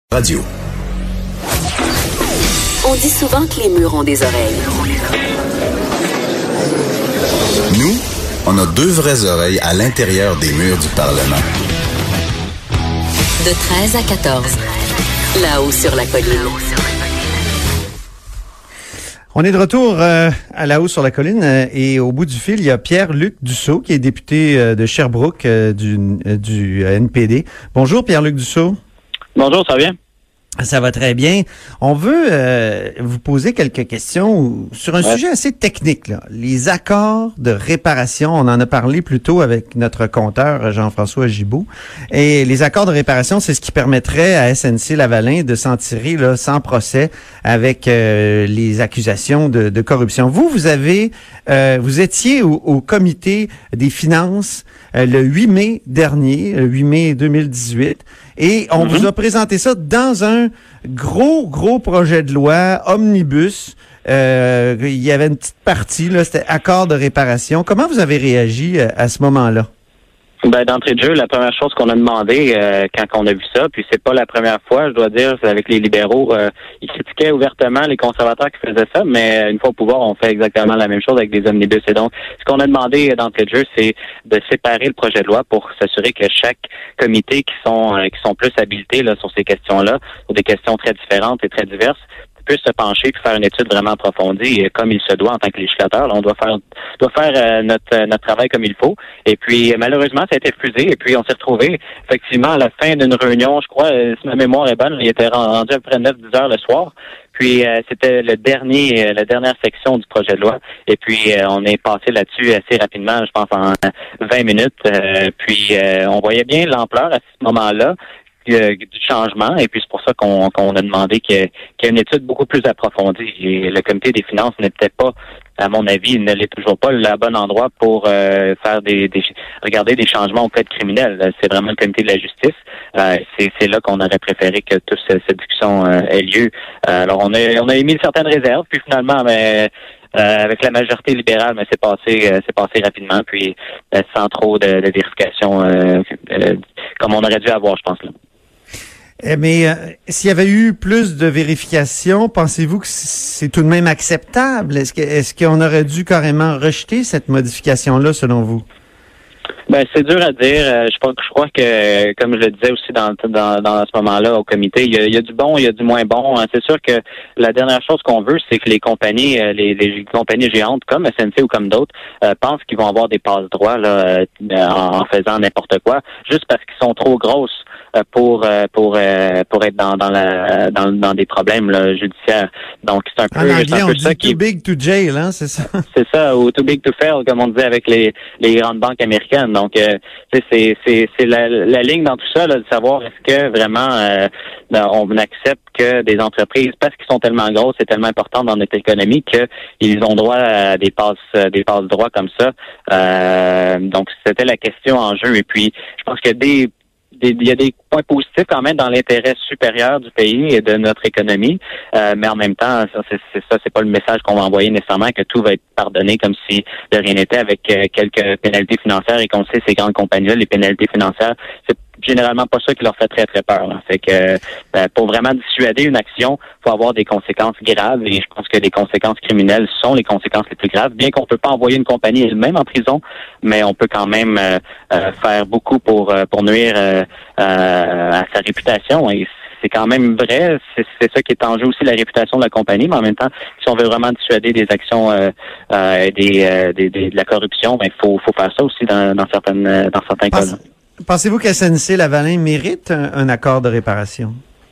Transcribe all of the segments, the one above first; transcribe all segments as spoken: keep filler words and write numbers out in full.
Radio. On dit souvent que les murs ont des oreilles. Nous, on a deux vraies oreilles à l'intérieur des murs du Parlement. De treize à quatorze, là-haut sur la colline. On est de retour euh, à La Haut sur la colline euh, et au bout du fil, il y a Pierre-Luc Dussault qui est député euh, de Sherbrooke euh, du, euh, du N P D. Bonjour Pierre-Luc Dussault. Bonjour, ça va bien? Ça va très bien. On veut euh, vous poser quelques questions sur un ouais. sujet assez technique, là. Les accords de réparation. On en a parlé plus tôt avec notre compteur Jean-François Gibault. Et les accords de réparation, c'est ce qui permettrait à S N C-Lavalin de s'en tirer là, sans procès avec euh, les accusations de, de corruption. Vous, vous avez, euh, vous étiez au, au comité des finances euh, le huit mai dernier, le huit mai deux mille dix-huit. Et on mm-hmm. vous a présenté ça dans un gros, gros projet de loi omnibus. Euh, il y avait une petite partie, là, c'était accord de réparation. Comment vous avez réagi à, à ce moment-là? Ben, d'entrée de jeu, la première chose qu'on a demandé euh, quand on a vu ça, puis c'est pas la première fois, je dois dire, c'est avec les libéraux, euh, ils critiquaient ouvertement les conservateurs qui faisaient ça, mais une fois au pouvoir, on fait exactement la même chose avec des omnibus. Et donc, ce qu'on a demandé d'entrée de jeu, c'est de séparer le projet de loi pour s'assurer que chaque comité qui sont euh, qui sont plus habilités là sur ces questions-là, sur des questions très différentes et très diverses, puisse se pencher puis faire une étude vraiment approfondie et comme il se doit en tant que législateur. Là, on doit faire doit faire euh, notre notre travail comme il faut. Et puis malheureusement, ça a été refusé et puis on s'est retrouvé effectivement à la fin d'une réunion, je crois, si ma mémoire est bonne, il était rendu à peu près neuf dix heures le soir. Puis euh, c'était le dernier, euh, la dernière section du projet de loi. Et puis euh, on est passé là-dessus assez rapidement, je pense en vingt minutes. Euh, puis euh, on voyait bien l'ampleur à ce moment-là du changement, et puis c'est pour ça qu'on qu'on a demandé qu'il y ait, qu'il y ait une étude beaucoup plus approfondie. Et le comité des finances n'est peut-être pas, à mon avis, ne l'est toujours pas le bon endroit pour euh, faire des, des regarder des changements au code criminel. C'est vraiment le comité de la justice. Euh, c'est, c'est là qu'on aurait préféré que toute cette, cette discussion euh, ait lieu. Euh, alors on a on a émis certaines réserves, puis finalement, mais Euh, avec la majorité libérale, mais c'est passé, euh, c'est passé rapidement, puis euh, sans trop de, de vérification, euh, euh, comme on aurait dû avoir, je pense là. Mais euh, s'il y avait eu plus de vérifications, pensez-vous que c'est tout de même acceptable? Est-ce que est-ce qu'on aurait dû carrément rejeter cette modification-là, selon vous? Ben c'est dur à dire. Je crois, je crois que, comme je le disais aussi dans dans, dans ce moment-là au comité, il y, a, il y a du bon, il y a du moins bon. C'est sûr que la dernière chose qu'on veut, c'est que les compagnies, les, les compagnies géantes comme S N C ou comme d'autres, euh, pensent qu'ils vont avoir des passe-droits là, en, en faisant n'importe quoi, juste parce qu'ils sont trop grosses pour pour pour être dans dans la dans, dans des problèmes là, judiciaires. Donc c'est un peu, en anglais, c'est un peu on ça dit qui too big to jail, hein, c'est ça. C'est ça, ou too big to fail, comme on disait avec les les grandes banques américaines. Donc euh, c'est c'est c'est la, la ligne dans tout ça là, de savoir est-ce que vraiment euh, on accepte que des entreprises, parce qu'ils sont tellement grosses et tellement importantes dans notre économie, qu'ils ont droit à des passes des passes droits comme ça. Euh, donc c'était la question en jeu. Et puis je pense que des Des, il y a des points positifs quand même dans l'intérêt supérieur du pays et de notre économie, euh, mais en même temps, ça, c'est, c'est ça, c'est pas le message qu'on va envoyer nécessairement, que tout va être pardonné comme si de rien n'était, avec euh, quelques pénalités financières. Et qu'on sait, ces grandes compagnies-là, les pénalités financières, c'est généralement pas ça qui leur fait très très peur. Là. Fait que euh, pour vraiment dissuader une action, faut avoir des conséquences graves, et je pense que les conséquences criminelles sont les conséquences les plus graves. Bien qu'on peut pas envoyer une compagnie elle-même en prison, mais on peut quand même euh, euh, faire beaucoup pour euh, pour nuire euh, euh, à sa réputation. Et c'est quand même vrai, c'est, c'est ça qui est en jeu aussi, la réputation de la compagnie, mais en même temps, si on veut vraiment dissuader des actions euh, euh, des, euh, des, des de la corruption, ben faut faut faire ça aussi dans, dans certaines dans certains cas. Pensez-vous qu'S N C-Lavalin mérite un, un accord de réparation?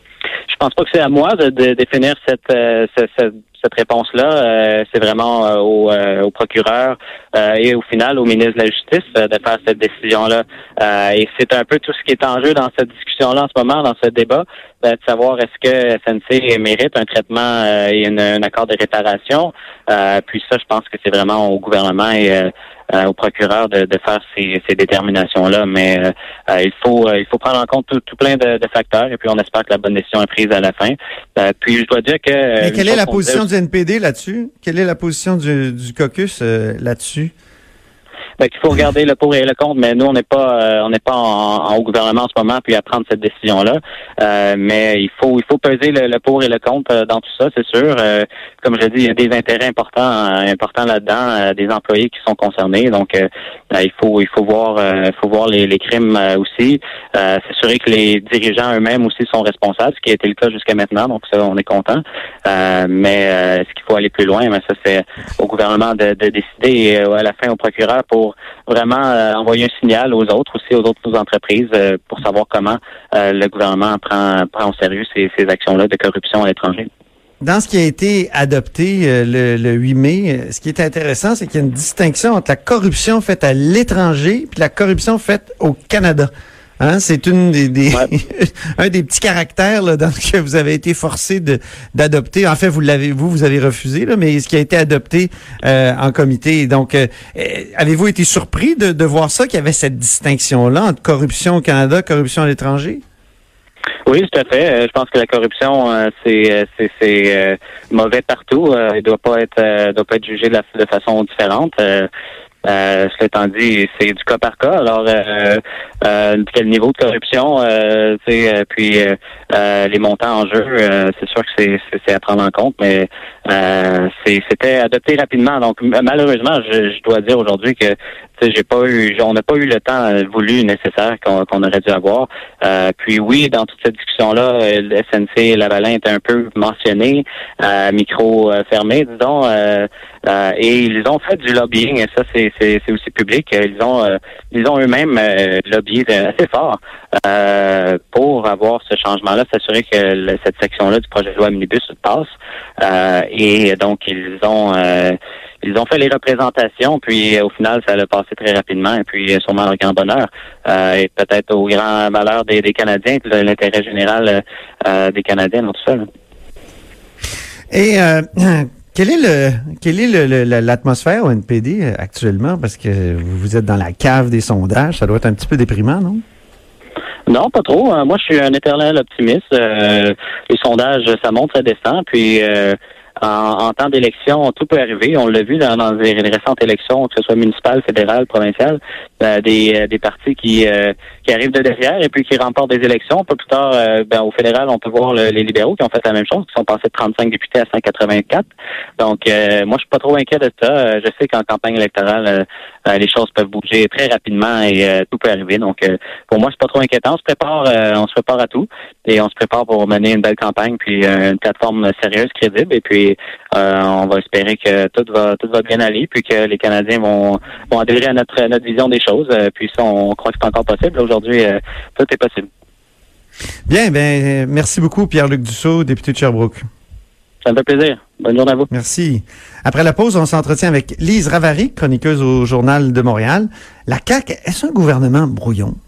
Je pense pas que c'est à moi de, de définir cette, euh, cette, cette, cette réponse-là. Euh, c'est vraiment euh, au, euh, au procureur euh, et au final au ministre de la Justice euh, de faire cette décision-là. Euh, et c'est un peu tout ce qui est en jeu dans cette discussion-là en ce moment, dans ce débat, euh, de savoir est-ce que S N C mérite un traitement euh, et une, un accord de réparation. Euh, puis ça, je pense que c'est vraiment au gouvernement et euh, Euh, au procureur de, de faire ces, ces déterminations-là, mais euh, il faut euh, il faut prendre en compte tout, tout plein de, de facteurs, et puis on espère que la bonne décision est prise à la fin. Euh, puis je dois dire que... Mais quelle est la position du N P D là-dessus? Quelle est la position du, du caucus euh, là-dessus? fait qu'il faut regarder le pour et le contre, mais nous, on n'est pas euh, on n'est pas en, en, au gouvernement en ce moment puis à prendre cette décision-là. Euh, mais il faut il faut peser le, le pour et le contre dans tout ça, c'est sûr. Euh, comme je dis, il y a des intérêts importants euh, importants là-dedans, euh, des employés qui sont concernés. Donc euh, il faut il faut voir euh, faut voir les, les crimes euh, aussi. Euh, c'est sûr que les dirigeants eux-mêmes aussi sont responsables, ce qui a été le cas jusqu'à maintenant. Donc ça, on est content. Euh, mais euh, est-ce qu'il faut aller plus loin? Mais ça, c'est au gouvernement de, de décider et euh, à la fin au procureur pour vraiment euh, envoyer un signal aux autres, aussi aux autres entreprises euh, pour savoir comment euh, le gouvernement prend, prend au sérieux ces, ces actions-là de corruption à l'étranger. Dans ce qui a été adopté euh, le, le huit mai, ce qui est intéressant, c'est qu'il y a une distinction entre la corruption faite à l'étranger et la corruption faite au Canada. Hein, c'est une des, des ouais. un des petits caractères là, dans que vous avez été forcé de d'adopter. En fait, vous l'avez vous vous avez refusé là, mais ce qui a été adopté euh, en comité. Donc, euh, avez-vous été surpris de, de voir ça, qu'il y avait cette distinction là entre corruption au Canada, corruption à l'étranger? Oui, tout à fait. Je pense que la corruption, euh, c'est c'est, c'est euh, mauvais partout. Euh, il doit pas être euh, doit pas être jugé de, la, de façon différente. Euh, Euh, cela étant dit, c'est du cas par cas. Alors, euh, euh, quel niveau de corruption, euh, euh, puis euh, euh, les montants en jeu, euh, c'est sûr que c'est, c'est, c'est à prendre en compte, mais euh, c'est, c'était adopté rapidement. Donc, malheureusement, je, je dois dire aujourd'hui que j'ai pas eu, on n'a pas eu le temps voulu nécessaire qu'on, qu'on aurait dû avoir. Euh, puis oui, dans toute cette discussion-là, le S N C Lavalin était un peu mentionné, euh, micro fermé, disons, euh, euh, et ils ont fait du lobbying, et ça c'est, c'est, c'est aussi public. Ils ont, euh, ils ont eux-mêmes euh, lobbyé assez fort euh, pour avoir ce changement-là, s'assurer que le, cette section-là du projet de loi Omnibus passe. Euh, et donc ils ont euh, Ils ont fait les représentations, puis au final, ça a passé très rapidement, et puis sûrement au grand bonheur, euh, et peut-être au grand malheur des, des Canadiens, puis l'intérêt général euh, des Canadiens dans tout ça. Là. Et euh, quel est le quelle est le, le, l'atmosphère au N P D actuellement? Parce que vous êtes dans la cave des sondages, ça doit être un petit peu déprimant, non? Non, pas trop. Moi, je suis un éternel optimiste. Euh, les sondages, ça monte, ça descend, puis... Euh, En, en temps d'élection, tout peut arriver. On l'a vu dans, dans les récentes élections, que ce soit municipales, fédérales, provinciales, euh, des, des partis qui, euh, qui arrivent de derrière et puis qui remportent des élections. Un peu plus tard, euh, ben, au fédéral, on peut voir le, les libéraux qui ont fait la même chose, qui sont passés de trente-cinq députés à cent quatre-vingt-quatre. Donc, euh, moi, je suis pas trop inquiet de ça. Je sais qu'en campagne électorale, euh, les choses peuvent bouger très rapidement et euh, tout peut arriver. Donc, euh, pour moi, c'est pas trop inquiétant. On se prépare, euh, on se prépare à tout et on se prépare pour mener une belle campagne puis euh, une plateforme sérieuse, crédible et puis Euh, on va espérer que tout va tout va bien aller, puis que les Canadiens vont vont adhérer à notre notre vision des choses. Euh, puis ça, on croit que c'est encore possible. Aujourd'hui, euh, tout est possible. Bien, ben merci beaucoup, Pierre-Luc Dussault, député de Sherbrooke. Ça me fait plaisir. Bonne journée à vous. Merci. Après la pause, on s'entretient avec Lise Ravary, chroniqueuse au Journal de Montréal. La C A Q, est-ce un gouvernement brouillon?